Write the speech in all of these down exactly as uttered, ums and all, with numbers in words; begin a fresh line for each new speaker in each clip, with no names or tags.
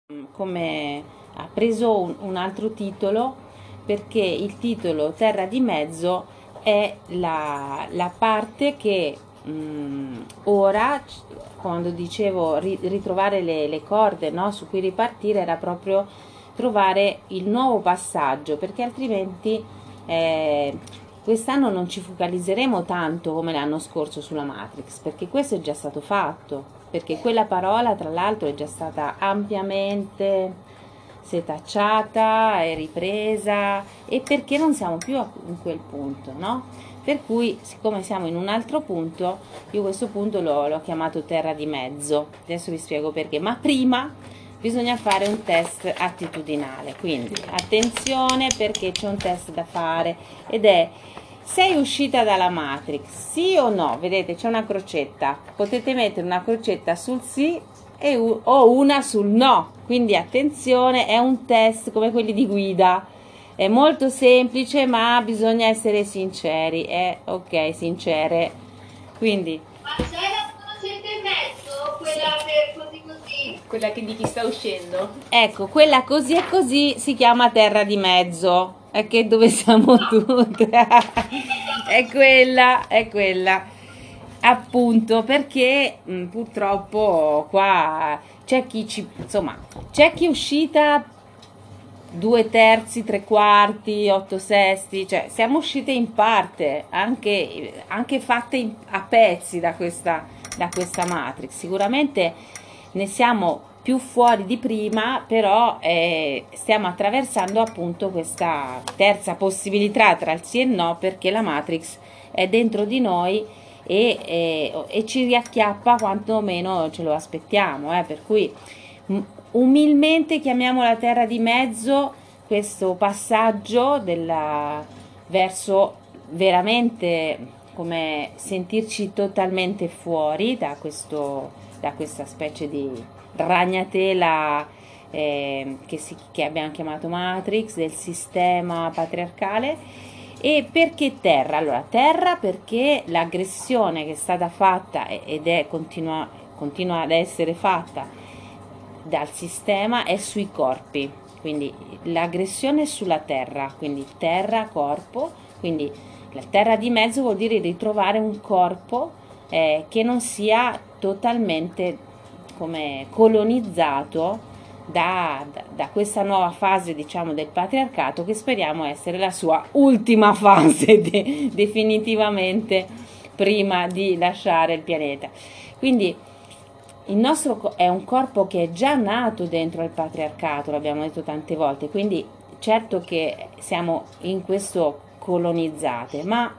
come ha preso un, un altro titolo, perché il titolo Terra di Mezzo è la, la parte che mh, ora, quando dicevo ri, ritrovare le, le corde, no, su cui ripartire, era proprio trovare il nuovo passaggio, perché altrimenti eh, quest'anno non ci focalizzeremo tanto come l'anno scorso sulla Matrix, perché questo è già stato fatto, perché quella parola tra l'altro è già stata ampiamente setacciata e ripresa, e perché non siamo più in quel punto, no? Per cui, siccome siamo in un altro punto, io questo punto l'ho, l'ho chiamato terra di mezzo. Adesso vi spiego perché, ma prima bisogna fare un test attitudinale, quindi attenzione, perché c'è un test da fare ed è: sei uscita dalla Matrix, sì o no? Vedete, c'è una crocetta, potete mettere una crocetta sul sì e u- o una sul no, quindi attenzione, è un test come quelli di guida, è molto semplice, ma bisogna essere sinceri, eh? Ok, sincere, quindi
Ma c'è la conoscenza in mezzo? Quella per così così?
Quella che di chi sta uscendo.
ecco, quella così e così si chiama terra di mezzo, è che dove siamo tutte, è quella, è quella, appunto, perché mh, purtroppo qua c'è chi ci, insomma, c'è chi è uscita due terzi, tre quarti, otto sesti, cioè siamo uscite in parte, anche, anche fatte in- a pezzi da questa, da questa Matrix. Sicuramente ne siamo più fuori di prima, però eh, stiamo attraversando appunto questa terza possibilità tra il sì e il no, perché la Matrix è dentro di noi e, e- e ci riacchiappa quanto meno ce lo aspettiamo, eh, per cui m- umilmente chiamiamo la terra di mezzo questo passaggio della, verso veramente come sentirci totalmente fuori da, questo, da questa specie di ragnatela eh, che, si, che abbiamo chiamato Matrix, del sistema patriarcale. E perché terra? Allora, terra perché l'aggressione che è stata fatta ed è continua, continua ad essere fatta dal sistema è sui corpi, quindi l'aggressione è sulla terra, quindi terra, corpo, quindi la terra di mezzo vuol dire ritrovare un corpo eh, che non sia totalmente come colonizzato da, da, da questa nuova fase, diciamo, del patriarcato, che speriamo essere la sua ultima fase de- definitivamente prima di lasciare il pianeta. Quindi il nostro è un corpo che è già nato dentro il patriarcato, l'abbiamo detto tante volte, quindi certo che siamo in questo colonizzate, ma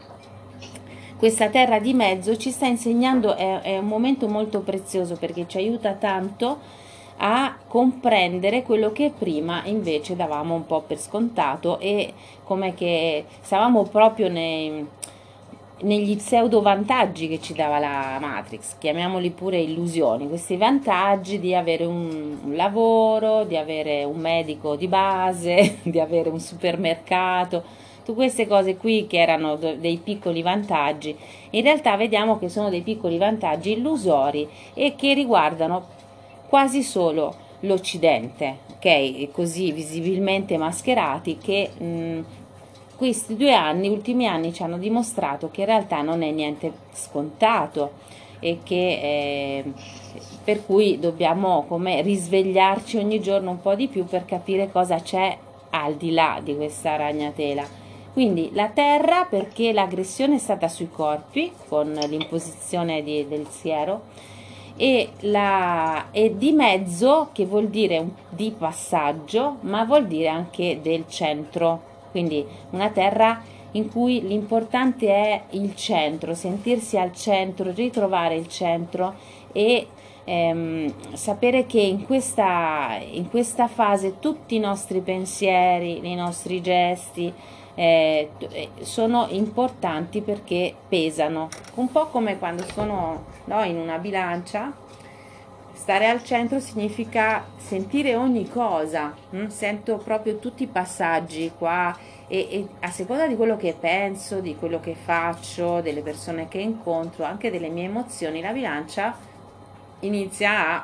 questa terra di mezzo ci sta insegnando, è, è un momento molto prezioso perché ci aiuta tanto a comprendere quello che prima invece davamo un po' per scontato, e come che stavamo proprio nei, negli pseudo vantaggi che ci dava la Matrix, chiamiamoli pure illusioni, questi vantaggi di avere un, un lavoro, di avere un medico di base, di avere un supermercato, tutte queste cose qui che erano dei piccoli vantaggi, in realtà vediamo che sono dei piccoli vantaggi illusori e che riguardano quasi solo l'Occidente, ok? Così visibilmente mascherati, che mh, questi due anni, ultimi anni, ci hanno dimostrato che in realtà non è niente scontato, e che eh, per cui dobbiamo come risvegliarci ogni giorno un po' di più per capire cosa c'è al di là di questa ragnatela. Quindi la terra perché l'aggressione è stata sui corpi con l'imposizione di, del siero, e, la, e di mezzo, che vuol dire un, di passaggio, ma vuol dire anche del centro, quindi una terra in cui l'importante è il centro, sentirsi al centro, ritrovare il centro e ehm, sapere che in questa, in questa fase tutti i nostri pensieri, i nostri gesti eh, sono importanti perché pesano, un po' come quando sono, no, in una bilancia. Stare al centro significa sentire ogni cosa, hm? Sento proprio tutti i passaggi qua, e, e a seconda di quello che penso, di quello che faccio, delle persone che incontro, anche delle mie emozioni, la bilancia inizia a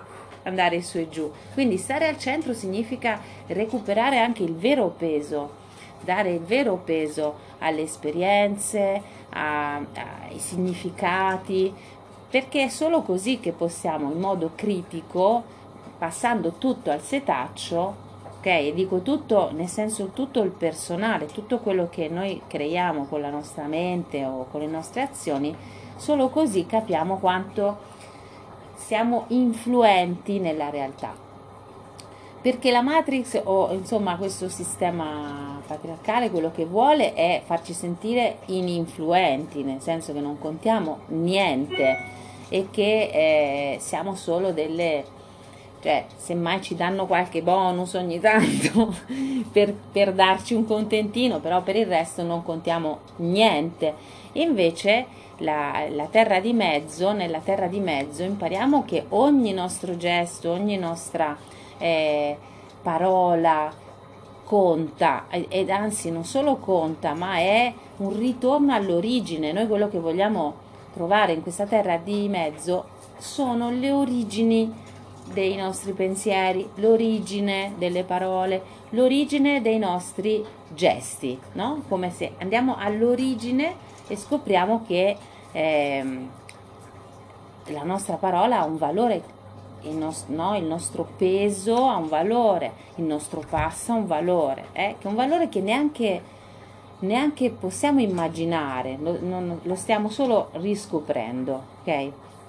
andare su e giù. Quindi stare al centro significa recuperare anche il vero peso, dare il vero peso alle esperienze, a- ai significati, perché è solo così che possiamo in modo critico, passando tutto al setaccio, ok? E dico tutto nel senso tutto il personale, tutto quello che noi creiamo con la nostra mente o con le nostre azioni, solo così capiamo quanto siamo influenti nella realtà. Perché la Matrix o insomma questo sistema patriarcale quello che vuole è farci sentire ininfluenti, nel senso che non contiamo niente e che eh, siamo solo delle, cioè semmai ci danno qualche bonus ogni tanto per, per darci un contentino, però per il resto non contiamo niente. Invece la, la terra di mezzo, nella terra di mezzo impariamo che ogni nostro gesto, ogni nostra eh, parola conta, ed anzi non solo conta, ma è un ritorno all'origine. Noi quello che vogliamo trovare in questa terra di mezzo sono le origini dei nostri pensieri, l'origine delle parole, l'origine dei nostri gesti, no? Come se andiamo all'origine e scopriamo che ehm, la nostra parola ha un valore, il, nos- no? Il nostro peso ha un valore, il nostro passo ha un valore, eh? Che è un valore che neanche, neanche possiamo immaginare, lo, non- lo stiamo solo riscoprendo, ok?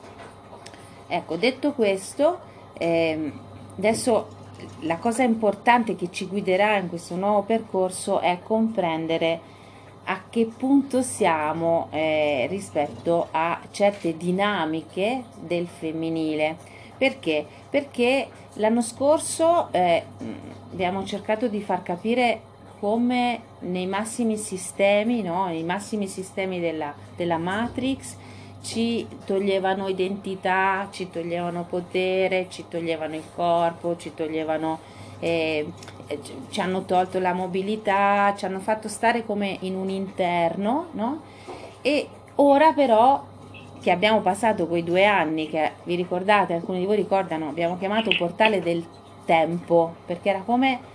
Ecco, detto questo, ehm, adesso la cosa importante che ci guiderà in questo nuovo percorso è comprendere a che punto siamo eh, rispetto a certe dinamiche del femminile. Perché? Perché l'anno scorso eh, abbiamo cercato di far capire come nei massimi sistemi, no? Nei massimi sistemi della, della Matrix ci toglievano identità, ci toglievano potere, ci toglievano il corpo, ci toglievano, eh, ci hanno tolto la mobilità, ci hanno fatto stare come in un interno, no? E ora però che abbiamo passato quei due anni che vi ricordate, alcuni di voi ricordano, abbiamo chiamato portale del tempo, perché era come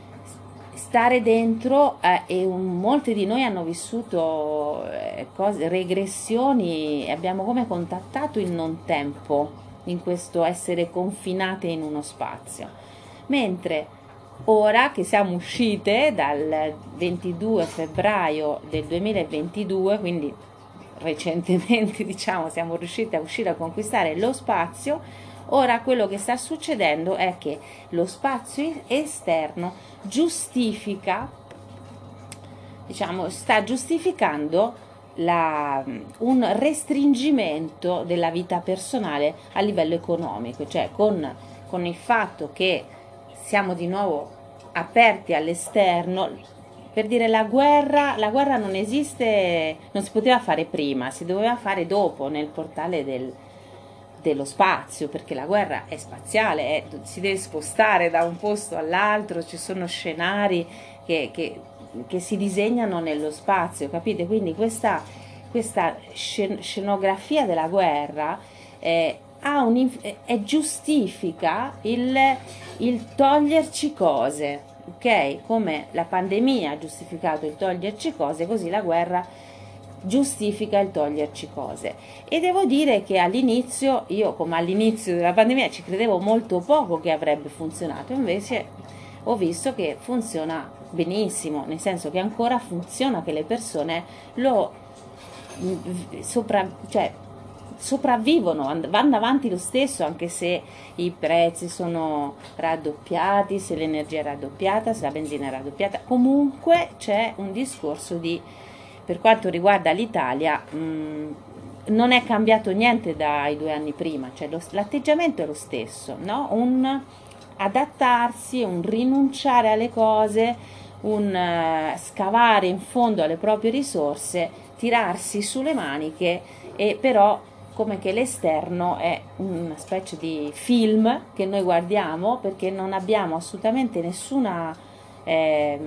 stare dentro eh, e un, molti di noi hanno vissuto eh, cose, regressioni e abbiamo come contattato il non tempo in questo essere confinate in uno spazio, mentre ora che siamo uscite dal ventidue febbraio del duemilaventidue, quindi recentemente diciamo siamo riusciti a uscire a conquistare lo spazio, ora quello che sta succedendo è che lo spazio esterno giustifica, diciamo, sta giustificando la, un restringimento della vita personale a livello economico, cioè con, con il fatto che siamo di nuovo aperti all'esterno. Per dire la guerra, la guerra non esiste, non si poteva fare prima, si doveva fare dopo nel portale del, dello spazio, perché la guerra è spaziale, è, si deve spostare da un posto all'altro, ci sono scenari che, che, che si disegnano nello spazio, capite? Quindi questa, questa scen- scenografia della guerra eh, ha un, è, giustifica il, il toglierci cose. Ok, come la pandemia ha giustificato il toglierci cose, così la guerra giustifica il toglierci cose. E devo dire che all'inizio, io come all'inizio della pandemia ci credevo molto poco che avrebbe funzionato, invece ho visto che funziona benissimo, nel senso che ancora funziona, che le persone lo sopra, cioè, sopravvivono, vanno avanti lo stesso, anche se i prezzi sono raddoppiati, se l'energia è raddoppiata, se la benzina è raddoppiata, comunque c'è un discorso di, per quanto riguarda l'Italia, mh, non è cambiato niente dai due anni prima, cioè lo, l'atteggiamento è lo stesso, no? Un adattarsi, un rinunciare alle cose, un uh, scavare in fondo alle proprie risorse, tirarsi sulle maniche, e però come che l'esterno è una specie di film che noi guardiamo perché non abbiamo assolutamente nessuna eh,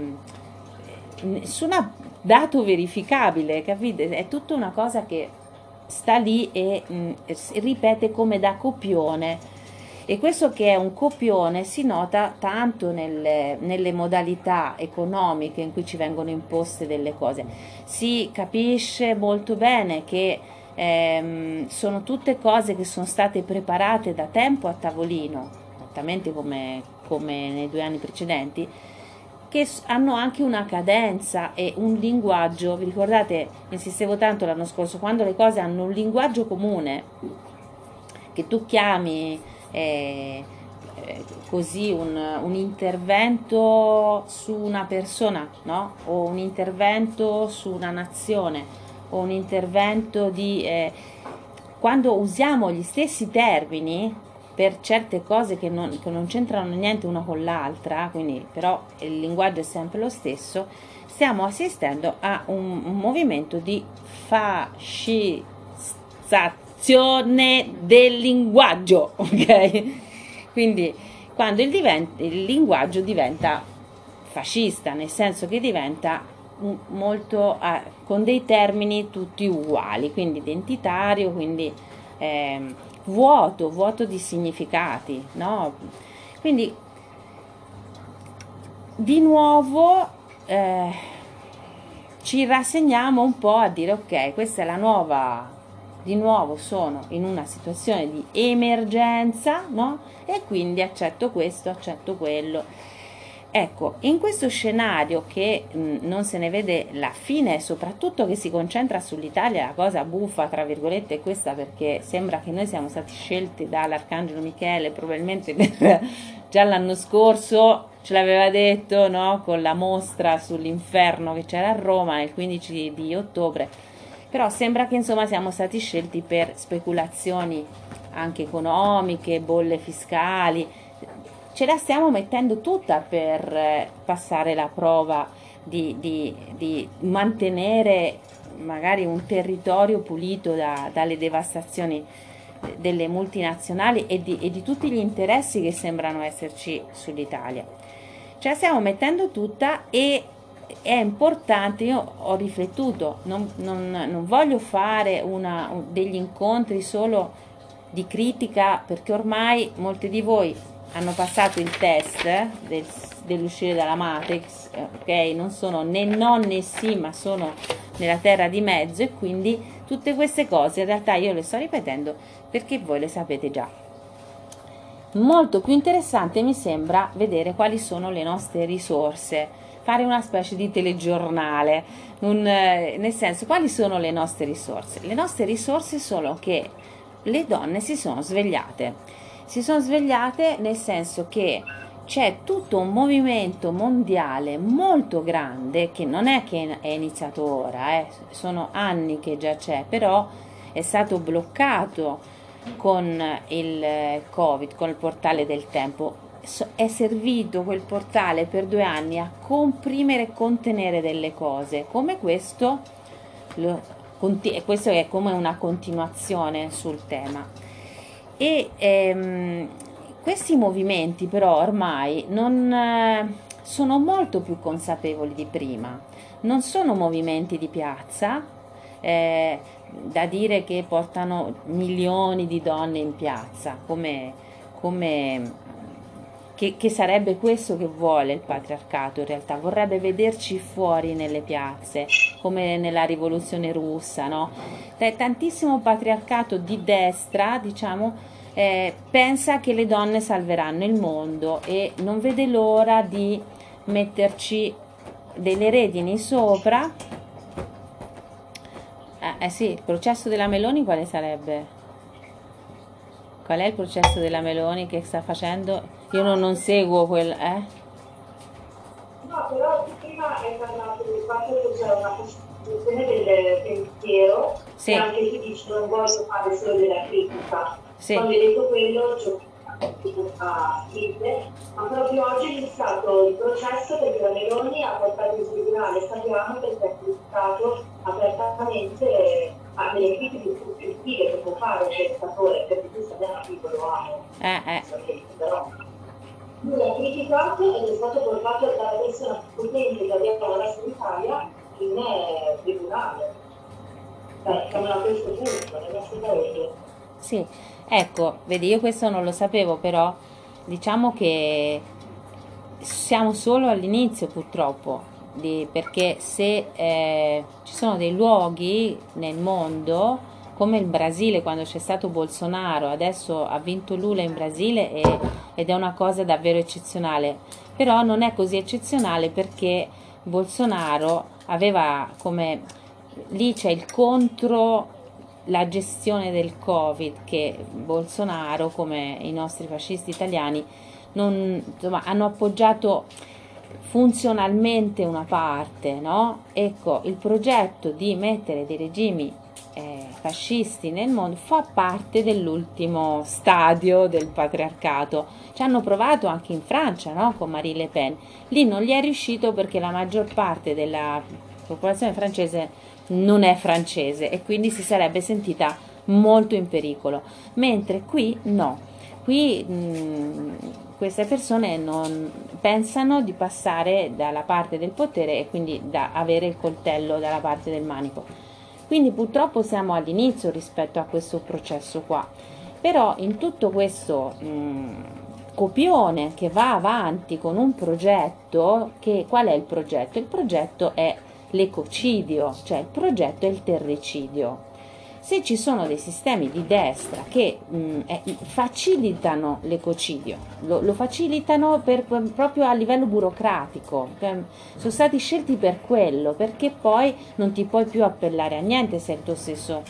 nessuna dato verificabile, capite? È tutta una cosa che sta lì e mh, ripete come da copione E questo che è un copione si nota tanto nelle, nelle modalità economiche in cui ci vengono imposte delle cose. Si capisce molto bene che ehm, sono tutte cose che sono state preparate da tempo a tavolino, esattamente come, come nei due anni precedenti, che hanno anche una cadenza e un linguaggio. Vi ricordate, insistevo tanto l'anno scorso, quando le cose hanno un linguaggio comune, che tu chiami eh, eh, così un, un intervento su una persona, no? O un intervento su una nazione, o un intervento di... Eh, quando usiamo gli stessi termini per certe cose che non, che non c'entrano niente una con l'altra, quindi però il linguaggio è sempre lo stesso, stiamo assistendo a un, un movimento di fascizzazione del linguaggio, ok? Quindi quando il, diventa, il linguaggio diventa fascista, nel senso che diventa molto eh, con dei termini tutti uguali, quindi identitario, quindi eh, vuoto, vuoto di significati, no? Quindi di nuovo eh, ci rassegniamo un po' a dire ok, questa è la nuova, di nuovo sono in una situazione di emergenza, no? E quindi accetto questo, accetto quello. Ecco, in questo scenario che mh, non se ne vede la fine, soprattutto che si concentra sull'Italia, la cosa buffa, tra virgolette, è questa, perché sembra che noi siamo stati scelti dall'Arcangelo Michele, probabilmente per, già l'anno scorso ce l'aveva detto, no? Con la mostra sull'inferno che c'era a Roma il quindici di ottobre, però sembra che insomma siamo stati scelti per speculazioni anche economiche, bolle fiscali. Ce la stiamo mettendo tutta per passare la prova di, di, di mantenere magari un territorio pulito da, dalle devastazioni delle multinazionali e di, e di tutti gli interessi che sembrano esserci sull'Italia. Ce la stiamo mettendo tutta e è importante, io ho riflettuto, non, non, non voglio fare una, degli incontri solo di critica, perché ormai molti di voi hanno passato il test del, dell'uscire dalla Matrix, ok? Non sono né no né sì, ma sono nella terra di mezzo, e quindi tutte queste cose in realtà io le sto ripetendo perché voi le sapete già. Molto più interessante mi sembra vedere quali sono le nostre risorse, fare una specie di telegiornale, un, eh, nel senso, quali sono le nostre risorse? Le nostre risorse sono che le donne si sono svegliate. Si sono svegliate nel senso che c'è tutto un movimento mondiale molto grande, che non è che è iniziato ora, eh, sono anni che già c'è, però è stato bloccato con il Covid, con il portale del tempo. È servito quel portale per due anni a comprimere e contenere delle cose, come questo, lo, questo è come una continuazione sul tema. E ehm, questi movimenti però ormai non eh, sono molto più consapevoli di prima, non sono movimenti di piazza, eh, da dire che portano milioni di donne in piazza, come, come che, che sarebbe questo che vuole il patriarcato in realtà, vorrebbe vederci fuori nelle piazze, come nella rivoluzione russa, no? Tantissimo patriarcato di destra, diciamo, eh, pensa che le donne salveranno il mondo e non vede l'ora di metterci delle redini sopra. Eh, eh sì, il processo della Meloni quale sarebbe? Qual è il processo della Meloni che sta facendo? Io non, non seguo quel... Eh?
No, però prima hai parlato del fatto che c'è una costituzione del pensiero,
sì.
E anche tu dici non voglio fare solo della critica.
Sì.
Quando hai detto quello, c'è a scrivere, ma proprio oggi è iniziato il processo perché la Meloni ha portato in tribunale Saviano perché ha criticato apertamente a delle critiche costruttive che può fare un pensatore, perché tu Saviano io lo amo,
eh, eh.
però lui ha criticato ed è stato portato dalla persona più potente che abbiamo adesso in Italia in eh, tribunale. Cioè, siamo a questo punto nel nostro paese.
Sì, ecco, vedi, io questo non lo sapevo, però diciamo che siamo solo all'inizio purtroppo, di- perché se eh, ci sono dei luoghi nel mondo, come il Brasile quando c'è stato Bolsonaro, adesso ha vinto Lula in Brasile e- ed è una cosa davvero eccezionale, però non è così eccezionale perché Bolsonaro aveva come, lì c'è il contro la gestione del Covid che Bolsonaro, come i nostri fascisti italiani, non, insomma, hanno appoggiato funzionalmente una parte, no? Ecco, il progetto di mettere dei regimi eh, fascisti nel mondo fa parte dell'ultimo stadio del patriarcato. Ci hanno provato anche in Francia, no? Con Marine Le Pen. Lì non gli è riuscito perché la maggior parte della popolazione francese non è francese e quindi si sarebbe sentita molto in pericolo, mentre qui no, qui mh, queste persone non pensano di passare dalla parte del potere e quindi da avere il coltello dalla parte del manico. Quindi purtroppo siamo all'inizio rispetto a questo processo qua, però in tutto questo mh, copione che va avanti con un progetto, che qual è il progetto? Il progetto è l'ecocidio, cioè il progetto è il terricidio. Se ci sono dei sistemi di destra che mh, eh, facilitano l'ecocidio, lo, lo facilitano per, proprio a livello burocratico, per, sono stati scelti per quello, perché poi non ti puoi più appellare a niente se è il tuo stesso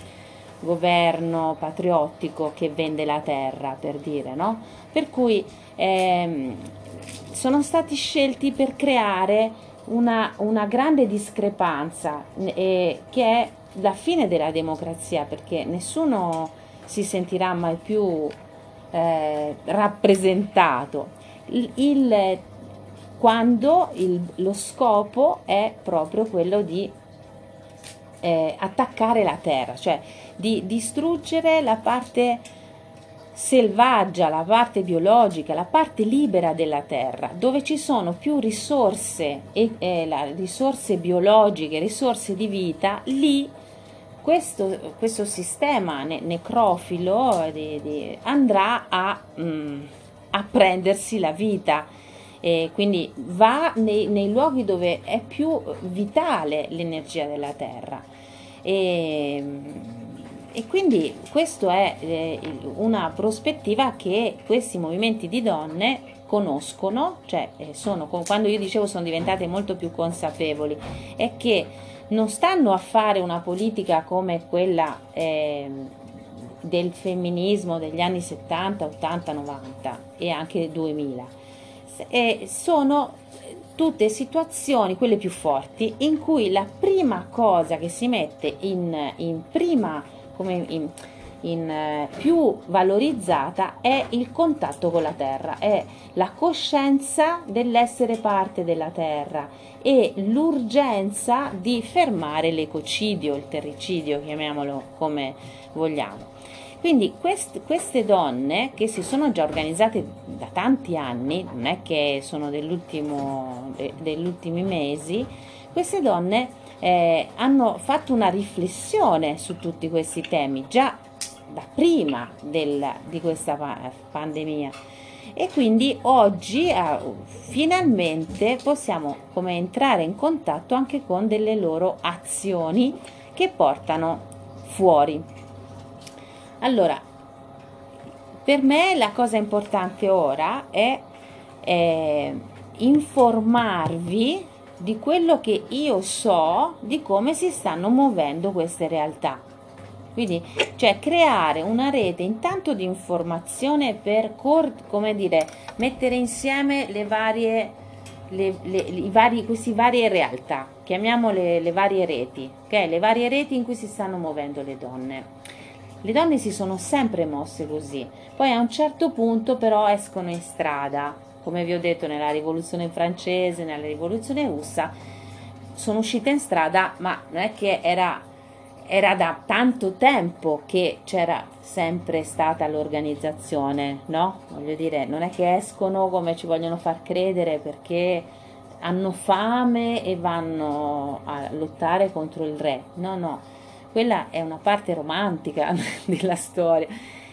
governo patriottico che vende la terra, per dire, no? Per cui ehm, sono stati scelti per creare una, una grande discrepanza eh, che è la fine della democrazia, perché nessuno si sentirà mai più eh, rappresentato il, il, quando il, lo scopo è proprio quello di eh, attaccare la terra, cioè di distruggere la parte selvaggia, la parte biologica, la parte libera della terra, dove ci sono più risorse, e, eh, la, risorse biologiche, risorse di vita, lì questo, questo sistema ne, necrofilo di, di, andrà a, mh, a prendersi la vita. E quindi va nei, nei luoghi dove è più vitale l'energia della terra. E, e quindi questa è eh, una prospettiva che questi movimenti di donne conoscono, cioè eh, sono, quando io dicevo sono diventate molto più consapevoli, è che non stanno a fare una politica come quella eh, del femminismo degli anni settanta, ottanta, novanta e anche duemila. E sono tutte situazioni, quelle più forti, in cui la prima cosa che si mette in, in prima, come in, in eh, più valorizzata è il contatto con la terra, è la coscienza dell'essere parte della terra e l'urgenza di fermare l'ecocidio, il terricidio, chiamiamolo come vogliamo. Quindi quest, queste donne che si sono già organizzate da tanti anni, non è che sono dell'ultimo, de, degli ultimi mesi, queste donne eh, hanno fatto una riflessione su tutti questi temi già da prima del, di questa pandemia e quindi oggi eh, finalmente possiamo come entrare in contatto anche con delle loro azioni che portano fuori. Allora, per me la cosa importante ora è eh, informarvi di quello che io so di come si stanno muovendo queste realtà. Quindi, cioè creare una rete intanto di informazione per, come dire, mettere insieme le varie, le, le, i vari, queste varie realtà, chiamiamole le varie reti, ok? Le varie reti in cui si stanno muovendo le donne. Le donne si sono sempre mosse così, poi a un certo punto però escono in strada, come vi ho detto nella rivoluzione francese, nella rivoluzione russa, sono uscite in strada, ma non è che era, era da tanto tempo che c'era sempre stata l'organizzazione, no? Voglio dire, non è che escono come ci vogliono far credere perché hanno fame e vanno a lottare contro il re, no, no. Quella è una parte romantica della storia.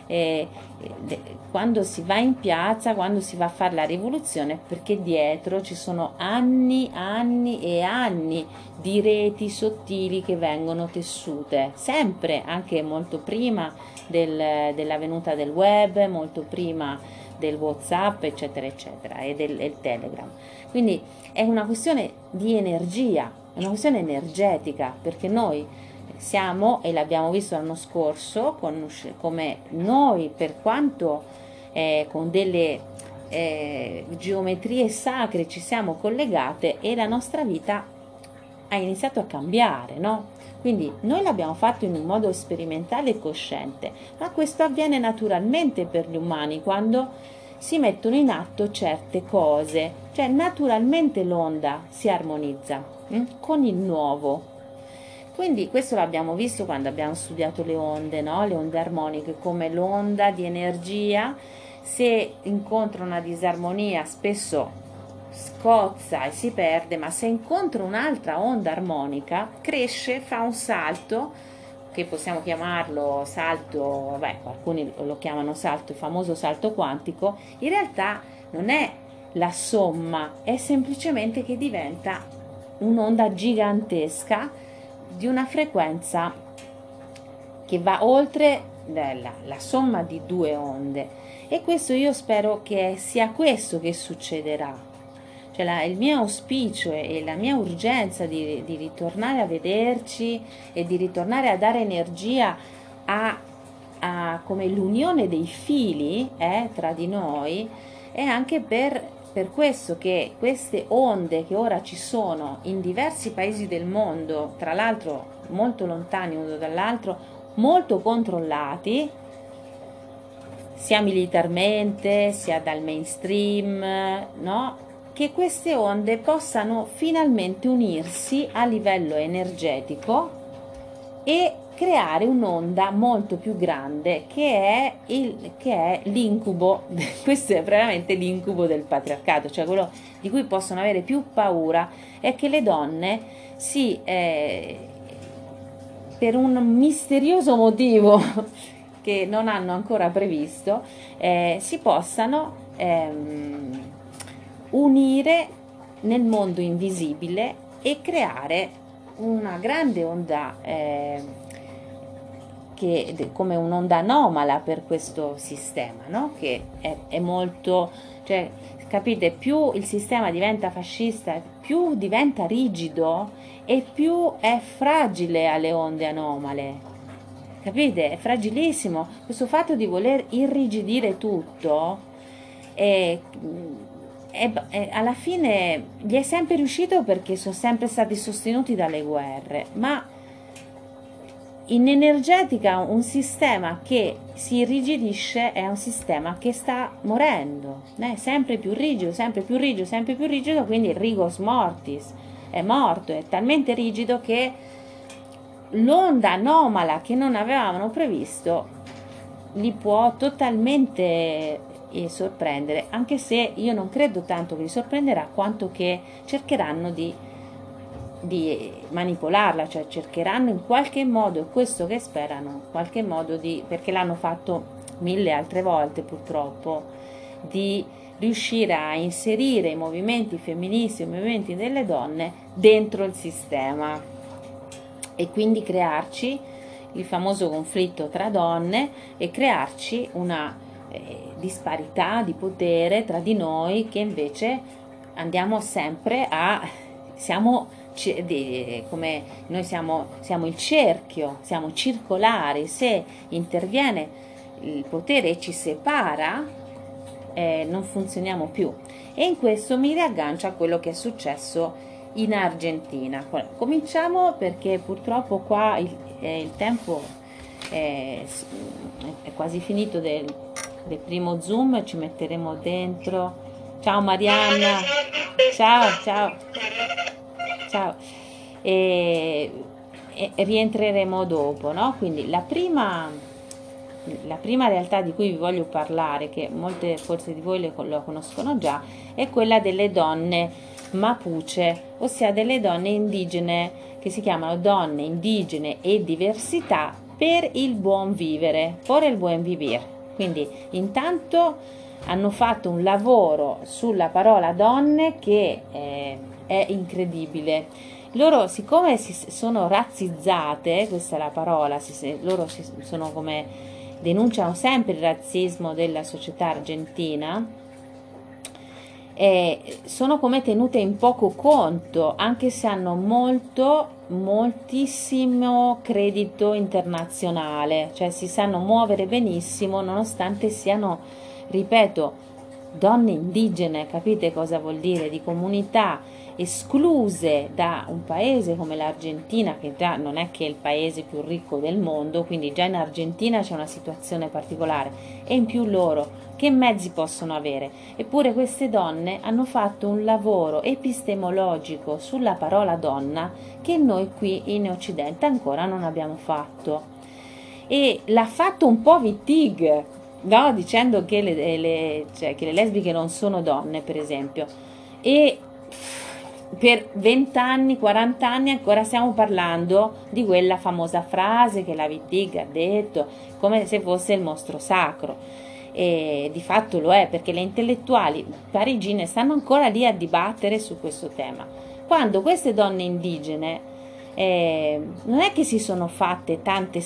eh, eh, quando si va in piazza, quando si va a fare la rivoluzione, perché dietro ci sono anni, anni e anni di reti sottili che vengono tessute, sempre, anche molto prima del, della venuta del web, molto prima del WhatsApp, eccetera, eccetera, e del, del Telegram. Quindi è una questione di energia, è una questione energetica, perché noi siamo, e l'abbiamo visto l'anno scorso, con, come noi, per quanto eh, con delle eh, geometrie sacre ci siamo collegate, e la nostra vita ha iniziato a cambiare, no? Quindi noi l'abbiamo fatto in un modo sperimentale e cosciente, ma questo avviene naturalmente per gli umani quando si mettono in atto certe cose, cioè naturalmente l'onda si armonizza hm? con il nuovo. Quindi questo l'abbiamo visto quando abbiamo studiato le onde, no? Le onde armoniche, come l'onda di energia, se incontra una disarmonia spesso scozza e si perde, ma se incontra un'altra onda armonica cresce, fa un salto, che possiamo chiamarlo salto, beh, alcuni lo chiamano salto, il famoso salto quantico. In realtà non è la somma, è semplicemente che diventa un'onda gigantesca di una frequenza che va oltre la, la somma di due onde, e questo io spero che sia questo che succederà. Cioè la, il mio auspicio e la mia urgenza di, di ritornare a vederci e di ritornare a dare energia a, a come l'unione dei fili eh, tra di noi, è anche per, per questo che queste onde che ora ci sono in diversi paesi del mondo, tra l'altro molto lontani uno dall'altro, molto controllati, sia militarmente, sia dal mainstream, no? Che queste onde possano finalmente unirsi a livello energetico e creare un'onda molto più grande, che è, il, che è l'incubo, questo è veramente l'incubo del patriarcato, cioè quello di cui possono avere più paura è che le donne si, eh, per un misterioso motivo che non hanno ancora previsto, eh, si possano ehm, unire nel mondo invisibile e creare una grande onda eh, che come un'onda anomala per questo sistema, no? Che è, è molto, cioè, capite, più il sistema diventa fascista, più diventa rigido e più è fragile alle onde anomale, capite? È fragilissimo questo fatto di voler irrigidire tutto. È, E, e alla fine gli è sempre riuscito perché sono sempre stati sostenuti dalle guerre, ma in energetica un sistema che si irrigidisce è un sistema che sta morendo, eh? Sempre più rigido, sempre più rigido, sempre più rigido, quindi il rigor mortis è morto, è talmente rigido che l'onda anomala che non avevano previsto li può totalmente e sorprendere, anche se io non credo tanto che li sorprenderà quanto che cercheranno di, di manipolarla, cioè cercheranno in qualche modo, è questo che sperano, in qualche modo di, perché l'hanno fatto mille altre volte purtroppo, di riuscire a inserire i movimenti femministi, i movimenti delle donne dentro il sistema e quindi crearci il famoso conflitto tra donne e crearci una Eh, disparità di potere tra di noi, che invece andiamo sempre a siamo come noi siamo, siamo il cerchio, siamo circolari. Se interviene il potere e ci separa, eh, non funzioniamo più, e in questo mi riaggancio a quello che è successo in Argentina. Cominciamo perché purtroppo qua il, eh, il tempo è, è quasi finito del del primo Zoom, ci metteremo dentro. Ciao Marianna, ciao ciao ciao e, e rientreremo dopo, no? Quindi la prima la prima realtà di cui vi voglio parlare, che molte forse di voi lo conoscono già, è quella delle donne Mapuche, ossia delle donne indigene, che si chiamano donne indigene e diversità per il buon vivere, por el buen vivir. Quindi intanto hanno fatto un lavoro sulla parola donne che eh, è incredibile. Loro, siccome si sono razzizzate, questa è la parola, si, loro si, sono come denunciano sempre il razzismo della società argentina, eh, sono come tenute in poco conto, anche se hanno molto, moltissimo credito internazionale, cioè si sanno muovere benissimo nonostante siano, ripeto, donne indigene. Capite cosa vuol dire? Di comunità escluse da un paese come l'Argentina, che già non è che è il paese più ricco del mondo, quindi già in Argentina c'è una situazione particolare, e in più loro che mezzi possono avere? Eppure queste donne hanno fatto un lavoro epistemologico sulla parola donna che noi qui in Occidente ancora non abbiamo fatto, e l'ha fatto un po' Wittig, no? Dicendo che le, le, cioè, che le lesbiche non sono donne, per esempio, e per venti anni, quaranta anni ancora stiamo parlando di quella famosa frase che la Wittig ha detto, come se fosse il mostro sacro, e di fatto lo è, perché le intellettuali parigine stanno ancora lì a dibattere su questo tema, quando queste donne indigene eh, non è che si sono fatte tante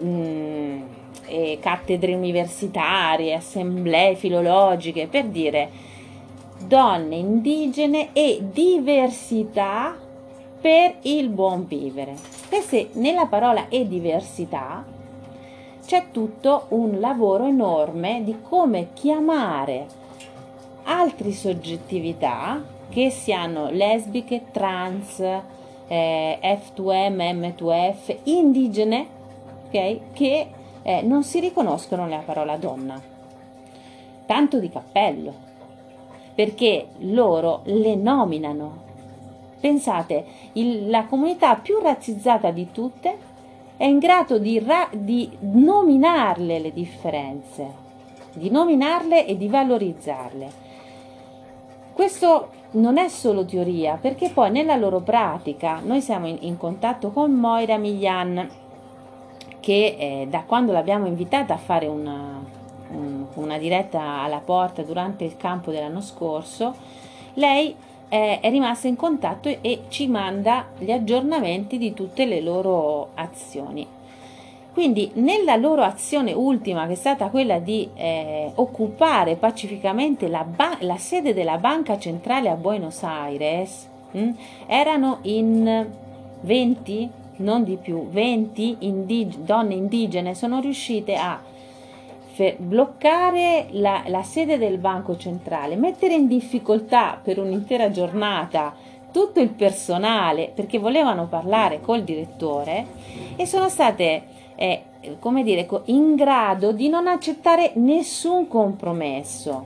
mh, eh, cattedre universitarie, assemblee filologiche per dire donne indigene e diversità per il buon vivere. Queste, nella parola e diversità c'è tutto un lavoro enorme di come chiamare altre soggettività, che siano lesbiche, trans, eh, F due M, M due F, indigene, okay, che eh, non si riconoscono nella parola donna. Tanto di cappello, perché loro le nominano. Pensate, il, la comunità più razzizzata di tutte è in grado di, ra, di nominarle le differenze, di nominarle e di valorizzarle. Questo non è solo teoria, perché poi nella loro pratica noi siamo in, in contatto con Moira Milian, che eh, da quando l'abbiamo invitata a fare una, un, una diretta alla porta durante il campo dell'anno scorso, lei eh, è rimasta in contatto e, e ci manda gli aggiornamenti di tutte le loro azioni. Quindi nella loro azione ultima, che è stata quella di eh, occupare pacificamente la, ba- la sede della Banca Centrale a Buenos Aires, mh, erano in venti, non di più, venti indig- donne indigene sono riuscite a fe- bloccare la, la sede del Banco Centrale, mettere in difficoltà per un'intera giornata tutto il personale perché volevano parlare col direttore, e sono state è, come dire, in grado di non accettare nessun compromesso,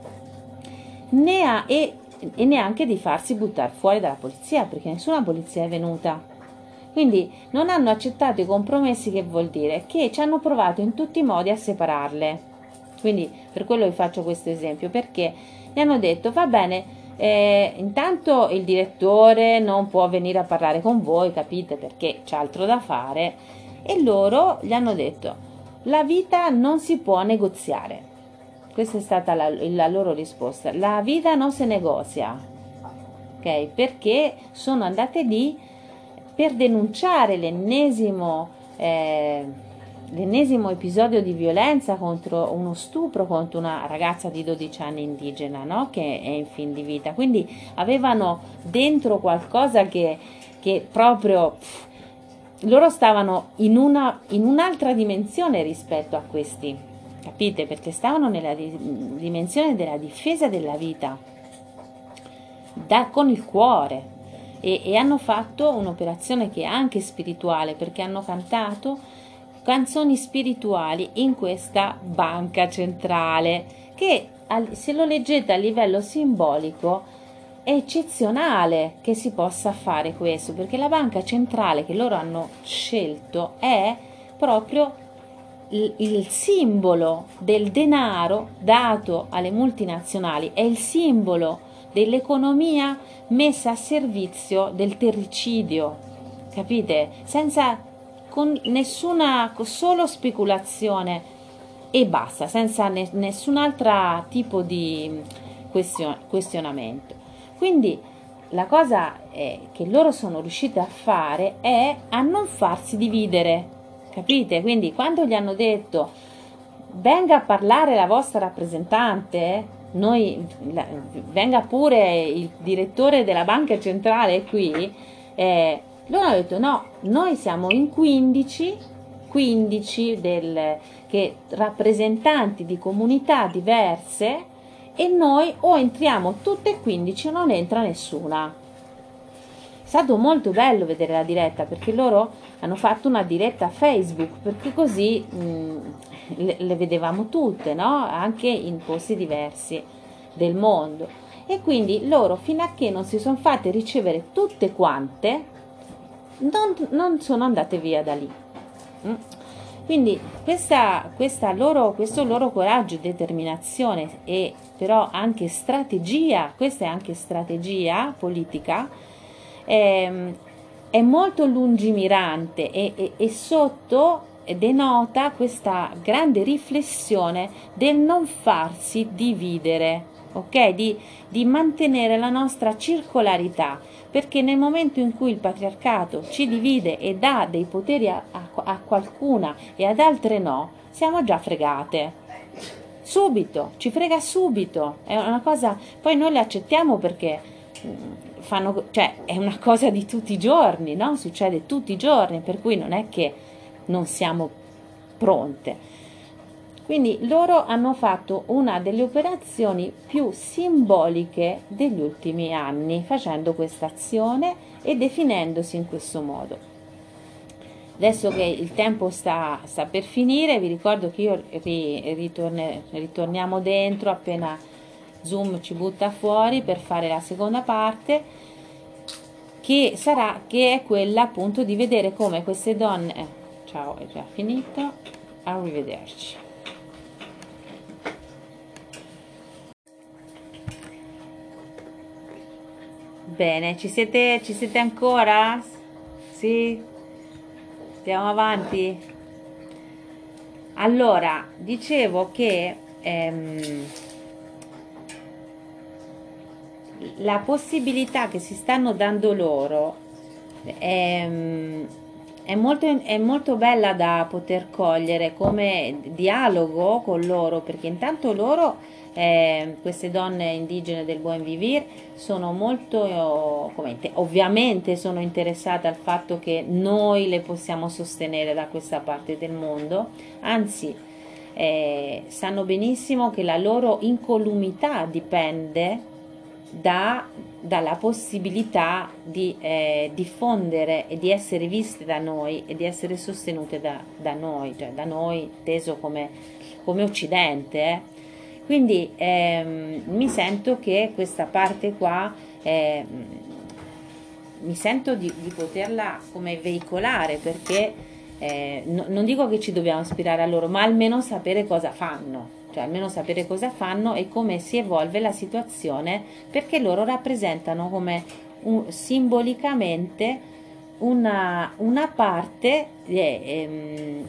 né a, e, e neanche di farsi buttare fuori dalla polizia, perché nessuna polizia è venuta. Quindi non hanno accettato i compromessi, che vuol dire che ci hanno provato in tutti i modi a separarle. Quindi per quello vi faccio questo esempio, perché gli hanno detto va bene, eh, intanto il direttore non può venire a parlare con voi, capite, perché c'è altro da fare. E loro gli hanno detto la vita non si può negoziare. Questa è stata la, la loro risposta: la vita non si negozia, ok? Perché sono andate lì per denunciare l'ennesimo eh, l'ennesimo episodio di violenza contro uno stupro contro una ragazza di dodici anni indigena, no? Che è in fin di vita. Quindi avevano dentro qualcosa che, che proprio pff, loro stavano in, una, in un'altra dimensione rispetto a questi, capite? Perché stavano nella di, dimensione della difesa della vita, da, con il cuore, e, e hanno fatto un'operazione che è anche spirituale, perché hanno cantato canzoni spirituali in questa banca centrale, che se lo leggete a livello simbolico è eccezionale che si possa fare questo, perché la banca centrale che loro hanno scelto è proprio il, il simbolo del denaro dato alle multinazionali, è il simbolo dell'economia messa a servizio del terricidio, capite? Senza, con nessuna, solo speculazione. e basta, senza ne- nessun altro tipo di question- questionamento. Quindi la cosa eh, che loro sono riusciti a fare è a non farsi dividere, capite? Quindi quando gli hanno detto venga a parlare la vostra rappresentante, noi, la, venga pure il direttore della banca centrale qui, eh, loro hanno detto no, noi siamo in quindici, quindici del, che, rappresentanti di comunità diverse, e noi o entriamo tutte e quindici o non entra nessuna. È stato molto bello vedere la diretta, perché loro hanno fatto una diretta a Facebook, perché così mh, le, le vedevamo tutte, no? Anche in posti diversi del mondo. E quindi loro, fino a che non si sono fatte ricevere tutte quante, non, non sono andate via da lì. Mm. Quindi questa, questa loro, questo loro coraggio, determinazione e però anche strategia, questa è anche strategia politica, è, è molto lungimirante e, e, e sotto denota questa grande riflessione del non farsi dividere, ok? Di, di mantenere la nostra circolarità, perché nel momento in cui il patriarcato ci divide e dà dei poteri a, a, a qualcuna e ad altre no, siamo già fregate. Subito, ci frega subito, è una cosa, poi noi le accettiamo perché fanno, cioè è una cosa di tutti i giorni, no? Succede tutti i giorni, per cui non è che non siamo pronte. Quindi loro hanno fatto una delle operazioni più simboliche degli ultimi anni, facendo questa azione e definendosi in questo modo. Adesso che il tempo sta, sta per finire, vi ricordo che io ri, ritorne, ritorniamo dentro appena Zoom ci butta fuori per fare la seconda parte, che sarà, che è quella appunto di vedere come queste donne, eh, ciao, è già finito, arrivederci. Bene, ci siete, ci siete ancora? Sì? Andiamo avanti? Allora, dicevo che ehm, la possibilità che si stanno dando loro è, è, molto, è molto bella da poter cogliere come dialogo con loro, perché intanto loro, eh, queste donne indigene del Buen Vivir, sono molto, come, ovviamente sono interessate al fatto che noi le possiamo sostenere da questa parte del mondo, anzi eh, sanno benissimo che la loro incolumità dipende Da, dalla possibilità di eh, diffondere e di essere viste da noi e di essere sostenute da, da noi, cioè da noi teso come, come Occidente. Eh. Quindi ehm, mi sento che questa parte qua, eh, mi sento di, di poterla come veicolare, perché eh, no, non dico che ci dobbiamo ispirare a loro, ma almeno sapere cosa fanno. Cioè almeno sapere cosa fanno e come si evolve la situazione, perché loro rappresentano come un, simbolicamente una, una parte eh, ehm,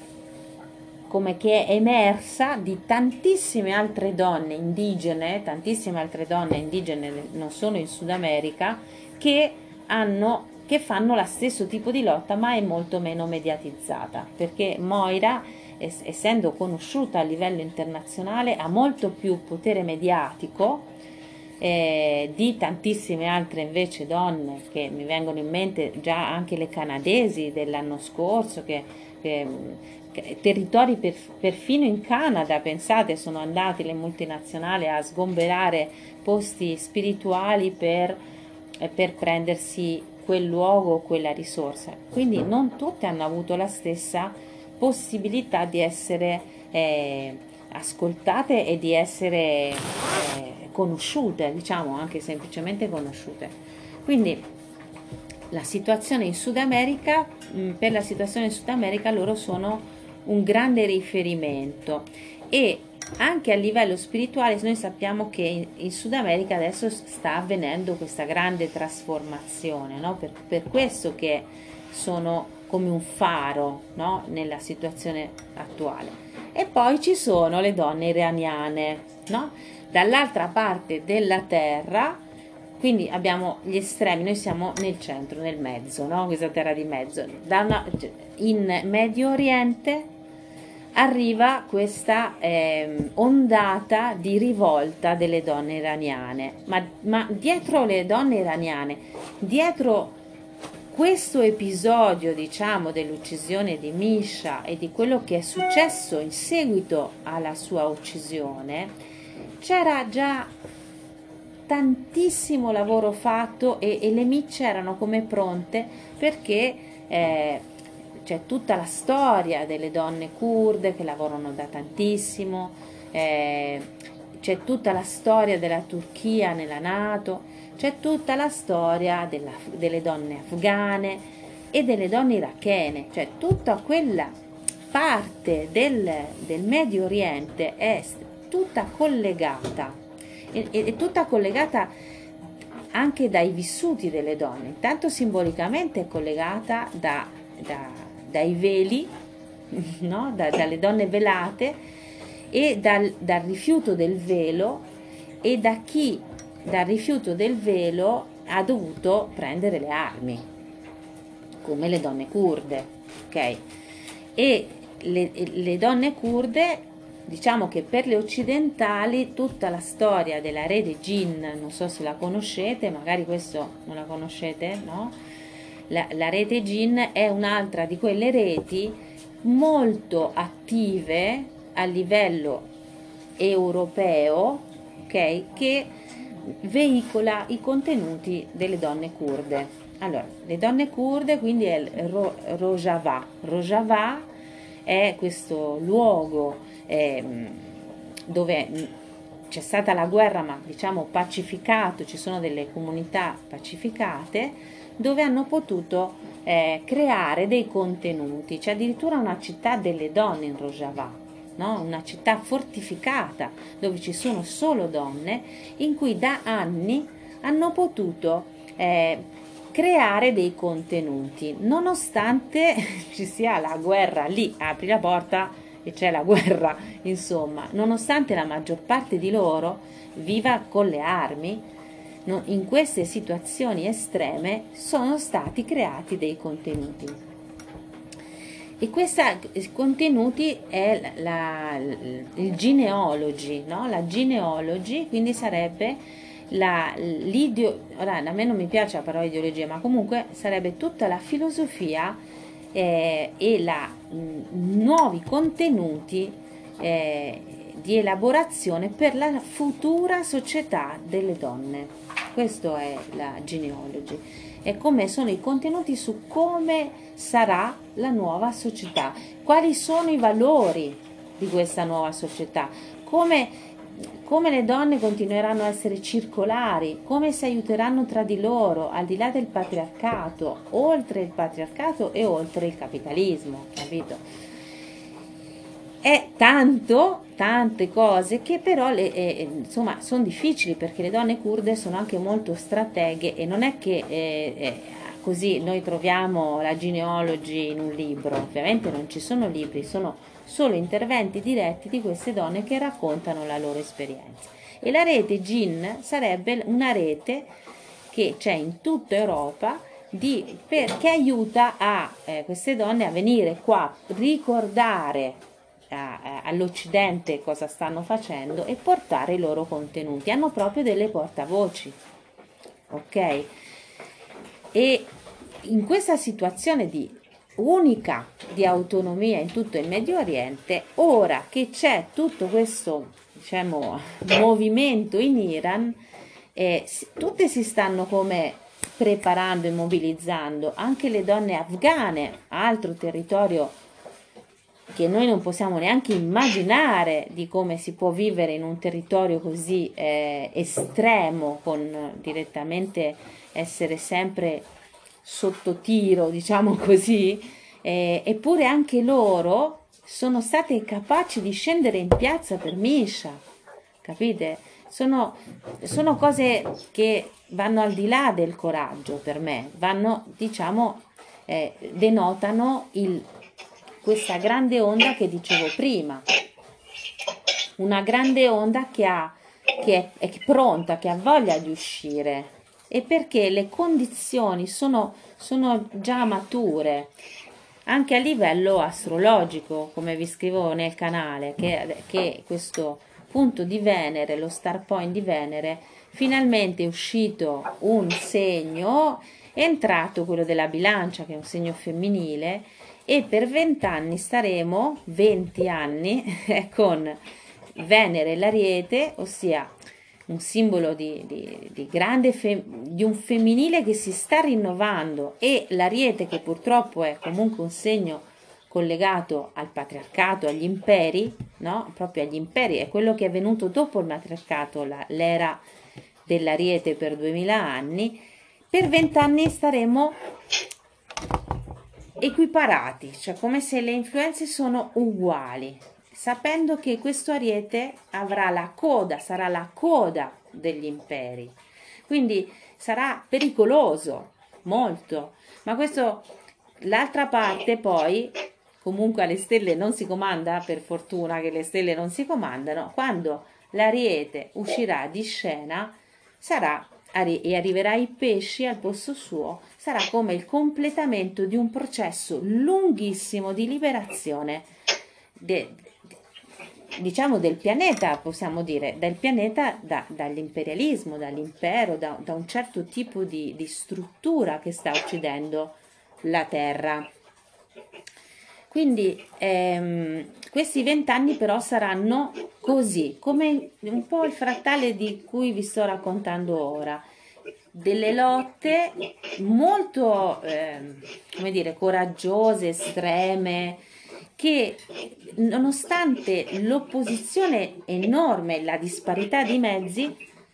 come che è emersa di tantissime altre donne indigene, tantissime altre donne indigene non solo in Sud America, che hanno che fanno lo stesso tipo di lotta, ma è molto meno mediatizzata, perché Moira, essendo conosciuta a livello internazionale, ha molto più potere mediatico eh, di tantissime altre invece donne che mi vengono in mente, già anche le canadesi dell'anno scorso, che, che, che territori per, perfino in Canada, pensate, sono andate le multinazionali a sgomberare posti spirituali per, eh, per prendersi quel luogo o quella risorsa. Quindi non tutte hanno avuto la stessa possibilità di essere eh, ascoltate e di essere eh, conosciute, diciamo anche semplicemente conosciute. Quindi la situazione in Sud America, mh, per la situazione in Sud America loro sono un grande riferimento, e anche a livello spirituale noi sappiamo che in, in Sud America adesso sta avvenendo questa grande trasformazione, no? per, per questo che sono come un faro, no? Nella situazione attuale. E poi ci sono le donne iraniane, no? Dall'altra parte della terra, quindi abbiamo gli estremi, noi siamo nel centro, nel mezzo, no? Questa terra di mezzo. Da una, in Medio Oriente arriva questa eh, ondata di rivolta delle donne iraniane, ma, ma dietro le donne iraniane, dietro questo episodio, diciamo, dell'uccisione di Misha e di quello che è successo in seguito alla sua uccisione, c'era già tantissimo lavoro fatto e, e le micce erano come pronte, perché eh, c'è tutta la storia delle donne kurde che lavorano da tantissimo, eh, c'è tutta la storia della Turchia nella NATO, c'è tutta la storia della, delle donne afghane e delle donne irachene, cioè tutta quella parte del, del Medio Oriente è tutta collegata, è, è tutta collegata anche dai vissuti delle donne. Intanto simbolicamente è collegata da, da, dai veli, no? da, dalle donne velate e dal, dal rifiuto del velo, e da chi dal rifiuto del velo ha dovuto prendere le armi, come le donne kurde, ok? E le, le donne kurde, diciamo che per le occidentali tutta la storia della rete Jin, non so se la conoscete, magari questo non la conoscete, no? La, la rete Jin è un'altra di quelle reti molto attive a livello europeo, ok? Che veicola i contenuti delle donne kurde. Allora, le donne kurde, quindi è il Ro, Rojava. Rojava è questo luogo eh, dove c'è stata la guerra, ma diciamo pacificato, ci sono delle comunità pacificate dove hanno potuto eh, creare dei contenuti. C'è addirittura una città delle donne in Rojava, no? Una città fortificata dove ci sono solo donne, in cui da anni hanno potuto eh, creare dei contenuti, nonostante ci sia la guerra lì, apri la porta e c'è la guerra, insomma, nonostante la maggior parte di loro viva con le armi, no, in queste situazioni estreme sono stati creati dei contenuti. E questi contenuti è la, il genealogy, no? La genealogy, quindi sarebbe la, l'idio, ora a me non mi piace la parola ideologia, ma comunque sarebbe tutta la filosofia eh, e la mh, nuovi contenuti eh, di elaborazione per la futura società delle donne. Questo è la genealogy. E come sono i contenuti su come sarà la nuova società, quali sono i valori di questa nuova società, come, come le donne continueranno a essere circolari, come si aiuteranno tra di loro, al di là del patriarcato, oltre il patriarcato e oltre il capitalismo, capito? È tanto, tante cose che però le, eh, insomma sono difficili, perché le donne kurde sono anche molto strateghe e non è che eh, eh, così noi troviamo la genealogy in un libro, ovviamente non ci sono libri, sono solo interventi diretti di queste donne che raccontano la loro esperienza. E la rete Jin sarebbe una rete che c'è in tutta Europa di, per, che aiuta a eh, queste donne a venire qua, ricordare all'Occidente cosa stanno facendo e portare i loro contenuti. Hanno proprio delle portavoci, ok? E in questa situazione di unica di autonomia in tutto il Medio Oriente, ora che c'è tutto questo, diciamo, movimento in Iran, eh, tutte si stanno come preparando e mobilizzando, anche le donne afghane, altro territorio che noi non possiamo neanche immaginare di come si può vivere in un territorio così eh, estremo, con direttamente essere sempre sotto tiro, diciamo così, eh, eppure anche loro sono state capaci di scendere in piazza per Misha, capite? Sono, sono cose che vanno al di là del coraggio per me, vanno, diciamo, eh, denotano il, questa grande onda che dicevo prima, una grande onda che, ha, che è, è pronta, che ha voglia di uscire, e perché le condizioni sono, sono già mature, anche a livello astrologico, come vi scrivo nel canale, che, che questo punto di Venere, lo star point di Venere, finalmente è uscito un segno, è entrato quello della bilancia, che è un segno femminile, e per vent'anni staremo, venti anni, con Venere e l'Ariete, ossia un simbolo di, di, di grande fe- di un femminile che si sta rinnovando, e l'Ariete, che purtroppo è comunque un segno collegato al patriarcato, agli imperi, no? Proprio agli imperi, è quello che è venuto dopo il matriarcato, la, l'era dell'Ariete per duemila anni. Per vent'anni staremo equiparati, cioè come se le influenze sono uguali, sapendo che questo Ariete avrà la coda, sarà la coda degli imperi, quindi sarà pericoloso, molto, ma questo, l'altra parte poi, comunque alle stelle non si comanda, per fortuna che le stelle non si comandano, quando l'Ariete uscirà di scena sarà e arriverà ai pesci al posto suo, sarà come il completamento di un processo lunghissimo di liberazione de, diciamo del pianeta, possiamo dire, del pianeta da, dall'imperialismo, dall'impero, da, da un certo tipo di, di struttura che sta uccidendo la Terra. Quindi ehm, questi vent'anni però saranno così, come un po' il frattale di cui vi sto raccontando ora, delle lotte molto, ehm, come dire, coraggiose, estreme, che nonostante l'opposizione enorme, la disparità di mezzi,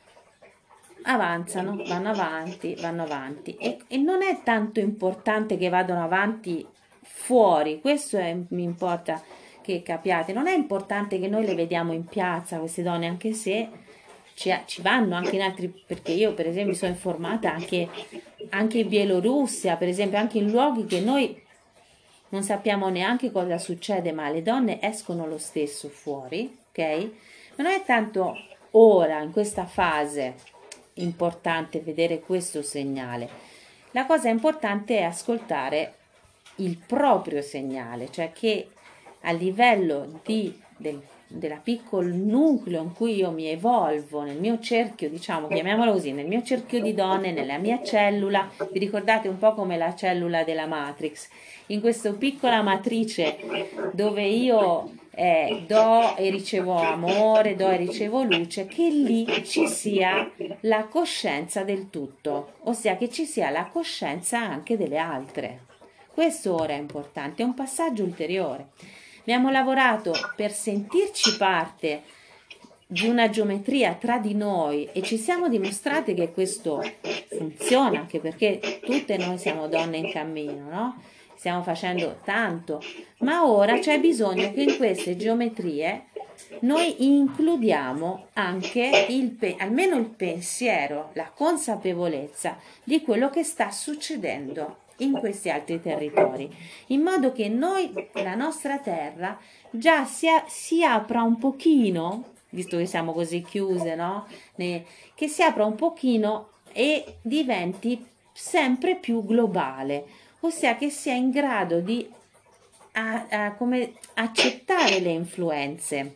avanzano, vanno avanti, vanno avanti, e, e non è tanto importante che vadano avanti fuori, questo è, mi importa che capiate, non è importante che noi le vediamo in piazza queste donne, anche se ci, ci vanno anche in altri, perché io per esempio sono informata anche, anche in Bielorussia, per esempio, anche in luoghi che noi non sappiamo neanche cosa succede, ma le donne escono lo stesso fuori, ok? Ma non è tanto ora, in questa fase, importante vedere questo segnale. La cosa importante è ascoltare il proprio segnale, cioè che a livello di, del, della piccolo nucleo in cui io mi evolvo, nel mio cerchio, diciamo, chiamiamolo così, nel mio cerchio di donne, nella mia cellula, vi ricordate un po' come la cellula della Matrix, in questa piccola matrice dove io eh, do e ricevo amore, do e ricevo luce, che lì ci sia la coscienza del tutto, ossia che ci sia la coscienza anche delle altre. Questo ora è importante, è un passaggio ulteriore. Abbiamo lavorato per sentirci parte di una geometria tra di noi e ci siamo dimostrate che questo funziona, anche perché tutte noi siamo donne in cammino, no? Stiamo facendo tanto, ma ora c'è bisogno che in queste geometrie noi includiamo anche il pe- almeno il pensiero, la consapevolezza di quello che sta succedendo in questi altri territori, in modo che noi, la nostra terra, già si, si apra un pochino, visto che siamo così chiuse, no? Ne, che si apra un pochino e diventi sempre più globale, ossia che sia in grado di a, a, come accettare le influenze,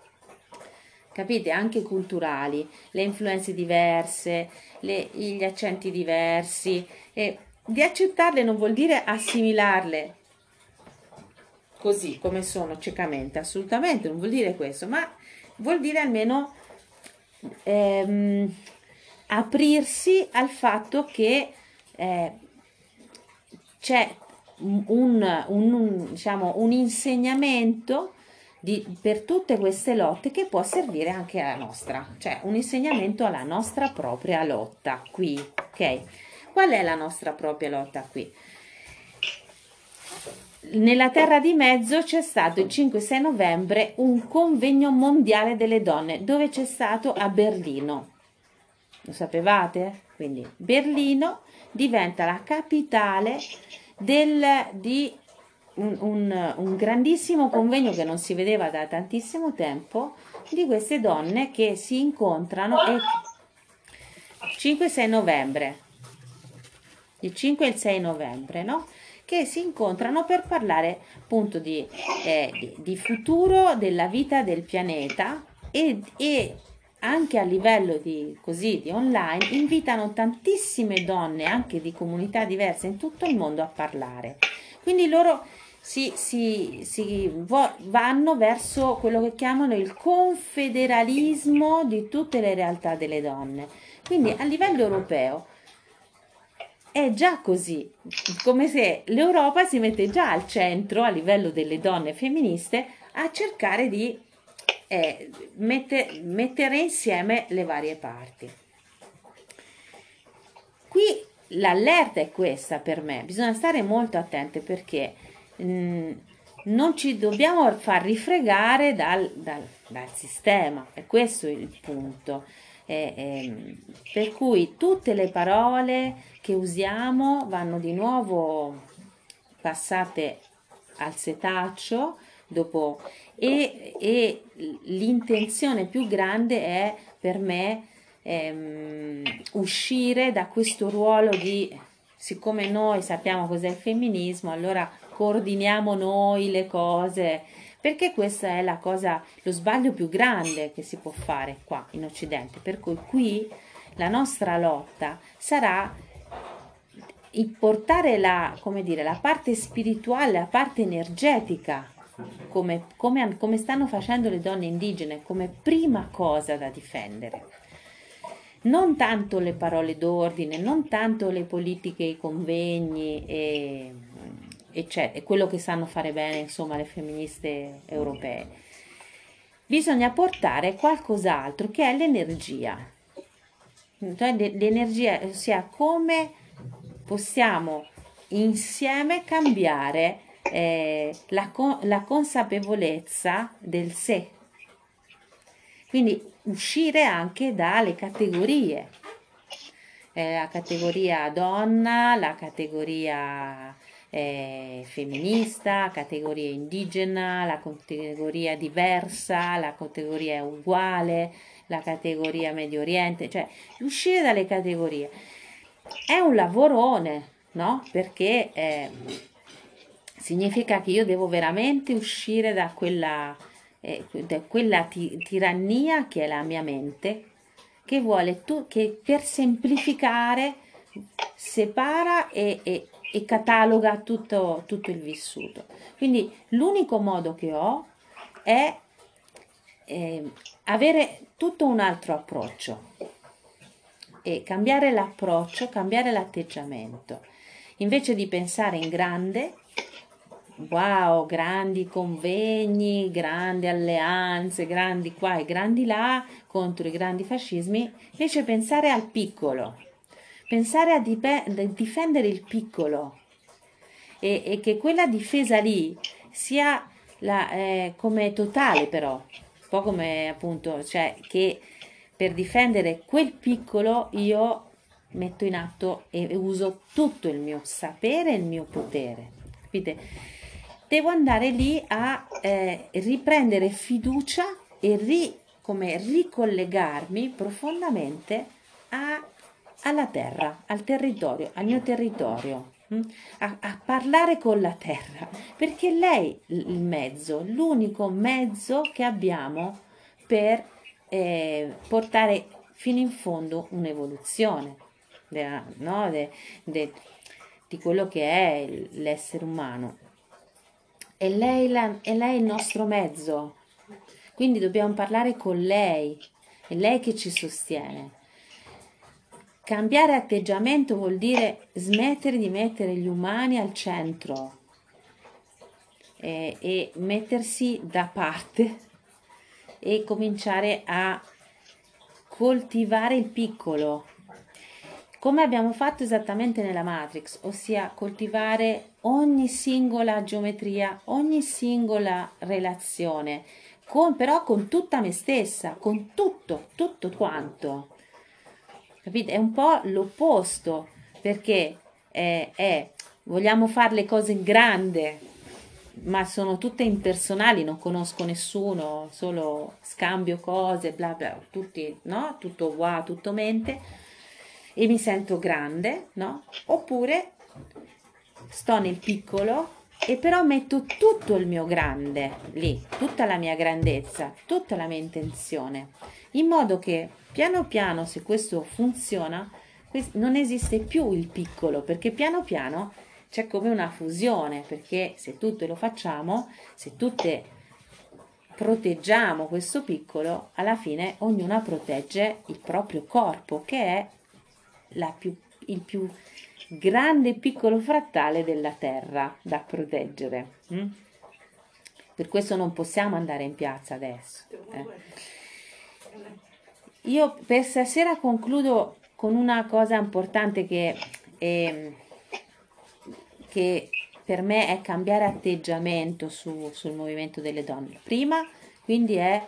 capite, anche culturali, le influenze diverse, le, gli accenti diversi, e di accettarle non vuol dire assimilarle così come sono ciecamente, assolutamente non vuol dire questo, ma vuol dire almeno ehm, aprirsi al fatto che eh, c'è un, un, un, diciamo, un insegnamento di, per tutte queste lotte che può servire anche alla nostra, cioè un insegnamento alla nostra propria lotta qui, ok? Qual è la nostra propria lotta qui? Nella Terra di Mezzo c'è stato il cinque sei novembre un convegno mondiale delle donne, dove c'è stato a Berlino. Lo sapevate? Quindi Berlino diventa la capitale del, di un, un, un grandissimo convegno che non si vedeva da tantissimo tempo, di queste donne che si incontrano e cinque sei novembre, il cinque e il sei novembre, no? Che si incontrano per parlare appunto di, eh, di, di futuro della vita del pianeta e, e anche a livello di, così, di online invitano tantissime donne anche di comunità diverse in tutto il mondo a parlare. Quindi loro si, si, si vo- vanno verso quello che chiamano il confederalismo di tutte le realtà delle donne. Quindi a livello europeo è già così, come se l'Europa si mette già al centro a livello delle donne femministe a cercare di eh, mette- mettere insieme le varie parti. Qui l'allerta è questa per me, bisogna stare molto attente perché mh, non ci dobbiamo far rifregare dal, dal, dal sistema, è questo il punto. Eh, ehm, per cui tutte le parole che usiamo vanno di nuovo passate al setaccio dopo e, e l'intenzione più grande è per me ehm, uscire da questo ruolo di siccome noi sappiamo cos'è il femminismo, allora coordiniamo noi le cose, perché questa è la cosa, lo sbaglio più grande che si può fare qua in Occidente, per cui qui la nostra lotta sarà il portare la, come dire, la parte spirituale, la parte energetica, come, come, come stanno facendo le donne indigene, come prima cosa da difendere. Non tanto le parole d'ordine, non tanto le politiche, i convegni e, e quello che sanno fare bene, insomma, le femministe europee. Bisogna portare qualcos'altro che è l'energia. Cioè l'energia, ossia come possiamo insieme cambiare eh, la, la consapevolezza del sé. Quindi uscire anche dalle categorie, eh, la categoria donna, la categoria eh, femminista, la categoria indigena, la categoria diversa, la categoria uguale, la categoria Medio Oriente, cioè uscire dalle categorie. È un lavorone, no? Perché eh, significa che io devo veramente uscire da quella eh, quella ti- tirannia che è la mia mente, che vuole tu, che per semplificare separa e, e, e cataloga tutto, tutto il vissuto. Quindi l'unico modo che ho è eh, avere tutto un altro approccio e cambiare l'approccio, cambiare l'atteggiamento. Invece di pensare in grande, wow, grandi convegni, grandi alleanze, grandi qua e grandi là contro i grandi fascismi, invece pensare al piccolo, pensare a dip- difendere il piccolo e, e che quella difesa lì sia la, eh, come totale però, un po' come appunto, cioè che per difendere quel piccolo io metto in atto e uso tutto il mio sapere e il mio potere, capite? Devo andare lì a eh, riprendere fiducia e ri, come ricollegarmi profondamente a, alla terra, al territorio, al mio territorio, hm? a, a parlare con la terra, perché lei è il mezzo, l'unico mezzo che abbiamo per eh, portare fino in fondo un'evoluzione della, no? de, de, di quello che è l'essere umano. E lei, la, e lei è il nostro mezzo, quindi dobbiamo parlare con lei, è lei che ci sostiene. Cambiare atteggiamento vuol dire smettere di mettere gli umani al centro e, e mettersi da parte e cominciare a coltivare il piccolo, come abbiamo fatto esattamente nella Matrix, ossia coltivare ogni singola geometria, ogni singola relazione, con, però con tutta me stessa, con tutto, tutto quanto. Capite? È un po' l'opposto, perché è, è vogliamo fare le cose in grande, ma sono tutte impersonali, non conosco nessuno, solo scambio cose, bla bla, tutti, no? Tutto wow, tutto mente, e mi sento grande, no? Oppure sto nel piccolo e però metto tutto il mio grande lì, tutta la mia grandezza, tutta la mia intenzione, in modo che piano piano, se questo funziona, non esiste più il piccolo, perché piano piano c'è come una fusione, perché se tutte lo facciamo, se tutte proteggiamo questo piccolo, alla fine ognuna protegge il proprio corpo, che è la più, il più grande piccolo frattale della terra da proteggere. Mm? Per questo non possiamo andare in piazza adesso. Eh. Io per stasera concludo con una cosa importante che, è, che per me è cambiare atteggiamento su, sul movimento delle donne. Prima, quindi, è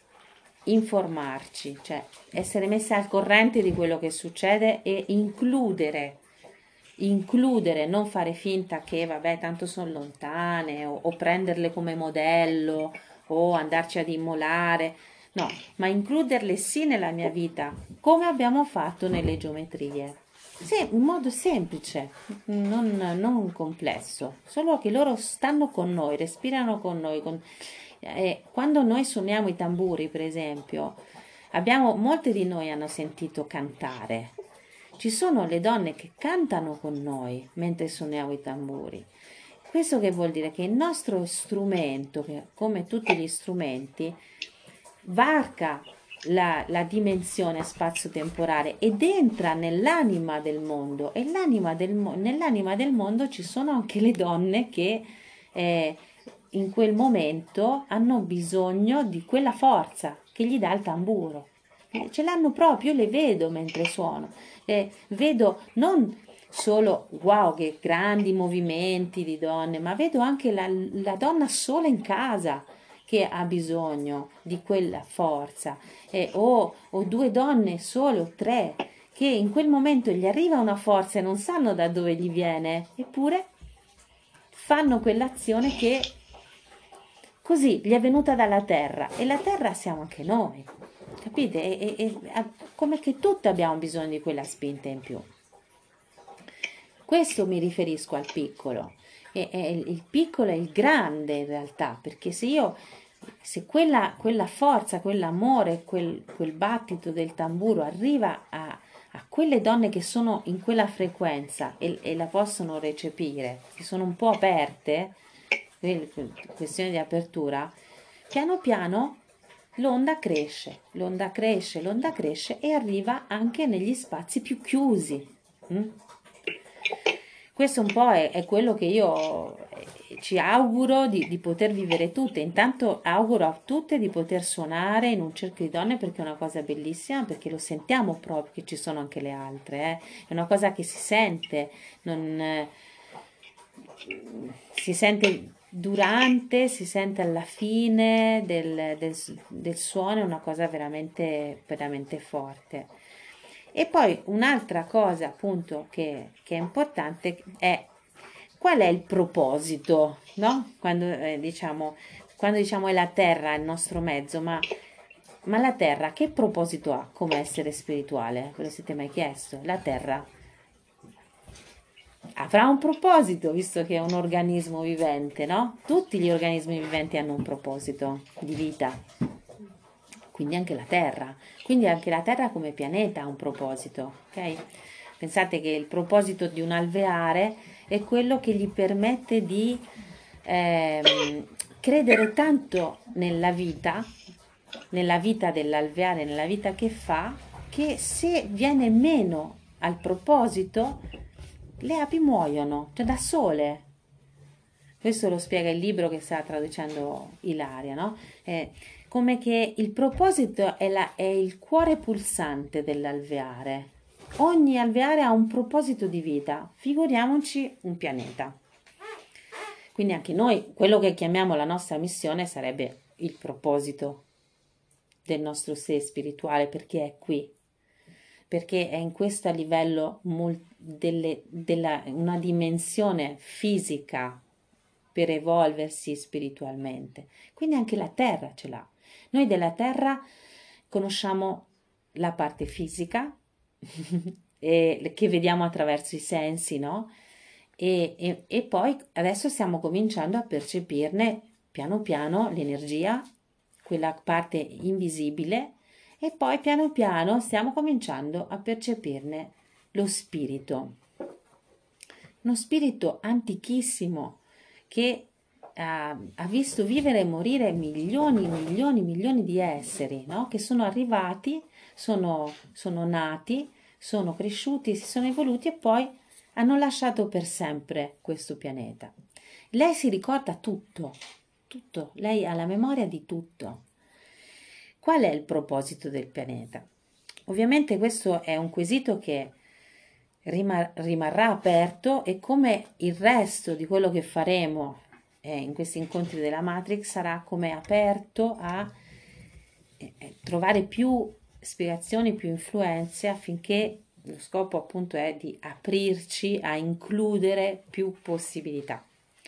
informarci, cioè essere messe al corrente di quello che succede e includere, includere, non fare finta che vabbè tanto sono lontane o, o prenderle come modello o andarci ad immolare, no, ma includerle sì nella mia vita, come abbiamo fatto nelle geometrie. Sì, in modo semplice, non, non complesso, solo che loro stanno con noi, respirano con noi. Con... Eh, quando noi suoniamo i tamburi, per esempio, abbiamo, molte di noi hanno sentito cantare. Ci sono le donne che cantano con noi mentre suoniamo i tamburi. Questo che vuol dire che il nostro strumento, che come tutti gli strumenti, varca La, la dimensione spazio-temporale ed entra nell'anima del mondo, e l'anima del, nell'anima del mondo ci sono anche le donne che eh, in quel momento hanno bisogno di quella forza che gli dà il tamburo. Ce l'hanno proprio, io le vedo mentre suono, eh, vedo non solo wow che grandi movimenti di donne, ma vedo anche la, la donna sola in casa che ha bisogno di quella forza, eh, o, o due donne sole o tre che in quel momento gli arriva una forza e non sanno da dove gli viene, eppure fanno quell'azione che così gli è venuta dalla terra, e la terra siamo anche noi, capite? E, e, e come che tutti abbiamo bisogno di quella spinta in più. Questo mi riferisco al piccolo. E, e il piccolo è il grande in realtà, perché se io se quella, quella forza, quell'amore, quel, quel battito del tamburo arriva a, a quelle donne che sono in quella frequenza e, e la possono recepire, che sono un po' aperte, questione di apertura, piano piano l'onda cresce, l'onda cresce, l'onda cresce e arriva anche negli spazi più chiusi. Mm? Questo un po' è, è quello che io ci auguro di, di poter vivere tutte. Intanto auguro a tutte di poter suonare in un cerchio di donne, perché è una cosa bellissima, perché lo sentiamo proprio che ci sono anche le altre, eh? È una cosa che si sente, non, eh, si sente durante, si sente alla fine del, del, del suono, è una cosa veramente, veramente forte. E poi un'altra cosa appunto che, che è importante è qual è il proposito, no? Quando eh, diciamo, quando diciamo è la terra il nostro mezzo, ma, ma la terra che proposito ha come essere spirituale? Ve lo siete mai chiesto? La terra avrà un proposito, visto che è un organismo vivente, no? Tutti gli organismi viventi hanno un proposito di vita, quindi anche la terra. Quindi anche la terra come pianeta ha un proposito, ok? Pensate che il proposito di un alveare è quello che gli permette di ehm, credere tanto nella vita, nella vita dell'alveare, nella vita che fa, che se viene meno al proposito, le api muoiono, cioè da sole. Questo lo spiega il libro che sta traducendo Ilaria, no? Eh, come che il proposito è, la, è il cuore pulsante dell'alveare. Ogni alveare ha un proposito di vita, figuriamoci un pianeta. Quindi anche noi, quello che chiamiamo la nostra missione sarebbe il proposito del nostro sé spirituale, perché è qui. perché è in questo livello mul- delle, della, una dimensione fisica per evolversi spiritualmente. Quindi anche la terra ce l'ha. Noi della terra conosciamo la parte fisica e, che vediamo attraverso i sensi, no? E, e, e poi adesso stiamo cominciando a percepirne piano piano l'energia, quella parte invisibile, e poi piano piano stiamo cominciando a percepirne lo spirito. Uno spirito antichissimo che ha, ha visto vivere e morire milioni, milioni, milioni di esseri, no? Che sono arrivati, sono, sono nati, sono cresciuti, si sono evoluti e poi hanno lasciato per sempre questo pianeta. Lei si ricorda tutto, tutto, lei ha la memoria di tutto. Qual è il proposito del pianeta? Ovviamente questo è un quesito che rimar- rimarrà aperto e come il resto di quello che faremo eh, in questi incontri della Matrix sarà come aperto a eh, trovare più spiegazioni, più influenze affinché lo scopo appunto è di aprirci a includere più possibilità.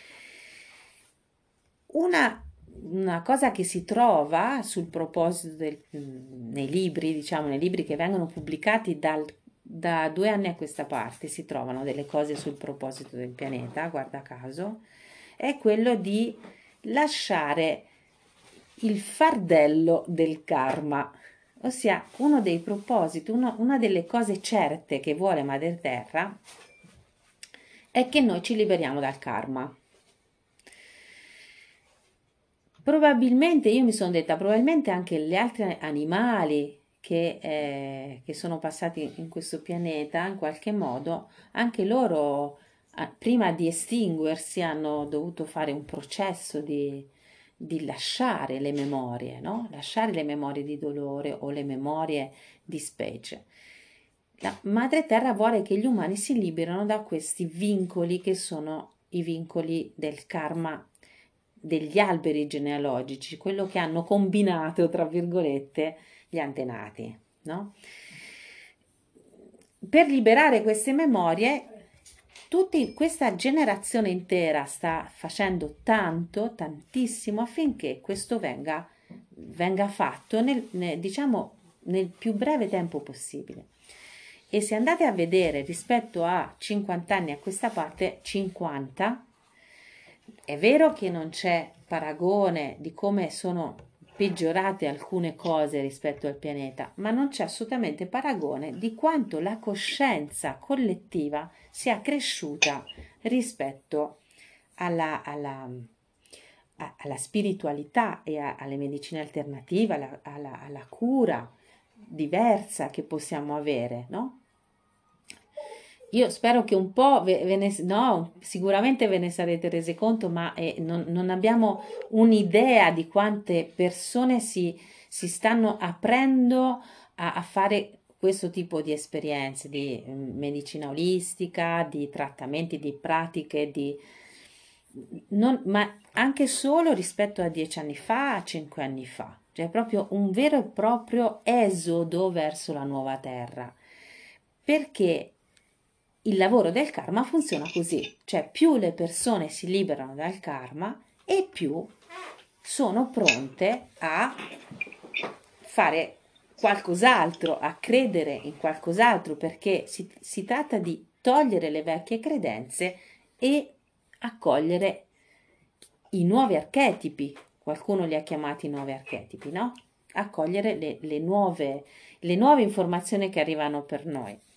Una, una cosa che si trova sul proposito del, nei libri, diciamo, nei libri che vengono pubblicati dal, da due anni a questa parte, si trovano delle cose sul proposito del pianeta, guarda caso, è quello di lasciare il fardello del karma, ossia uno dei propositi, uno, una delle cose certe che vuole Madre Terra è che noi ci liberiamo dal karma. Probabilmente, io mi sono detta, probabilmente anche gli altri animali che, eh, che sono passati in questo pianeta, in qualche modo, anche loro, eh, prima di estinguersi, hanno dovuto fare un processo di, di lasciare le memorie, no? Lasciare le memorie di dolore o le memorie di specie. La Madre Terra vuole che gli umani si liberino da questi vincoli che sono i vincoli del karma degli alberi genealogici, quello che hanno combinato, tra virgolette, gli antenati, no? Per liberare queste memorie, tutti, questa generazione intera sta facendo tanto, tantissimo affinché questo venga, venga fatto nel, nel, diciamo, nel più breve tempo possibile. E se andate a vedere rispetto a cinquanta anni a questa parte, cinquanta, è vero che non c'è paragone di come sono peggiorate alcune cose rispetto al pianeta, ma non c'è assolutamente paragone di quanto la coscienza collettiva sia cresciuta rispetto alla, alla, alla spiritualità e a, alle medicine alternative, alla, alla, alla cura diversa che possiamo avere, no? Io spero che un po' ve, ve ne, no, sicuramente ve ne sarete resi conto, ma eh, non, non abbiamo un'idea di quante persone si, si stanno aprendo a, a fare questo tipo di esperienze, di mm, medicina olistica, di trattamenti, di pratiche, di, non, ma anche solo rispetto a dieci anni fa, a cinque anni fa. Cioè proprio un vero e proprio esodo verso la nuova terra. Perché il lavoro del karma funziona così, cioè più le persone si liberano dal karma e più sono pronte a fare qualcos'altro, a credere in qualcos'altro, perché si, si tratta di togliere le vecchie credenze e accogliere i nuovi archetipi, qualcuno li ha chiamati nuovi archetipi, no? Accogliere le, le, nuove, le nuove informazioni che arrivano per noi.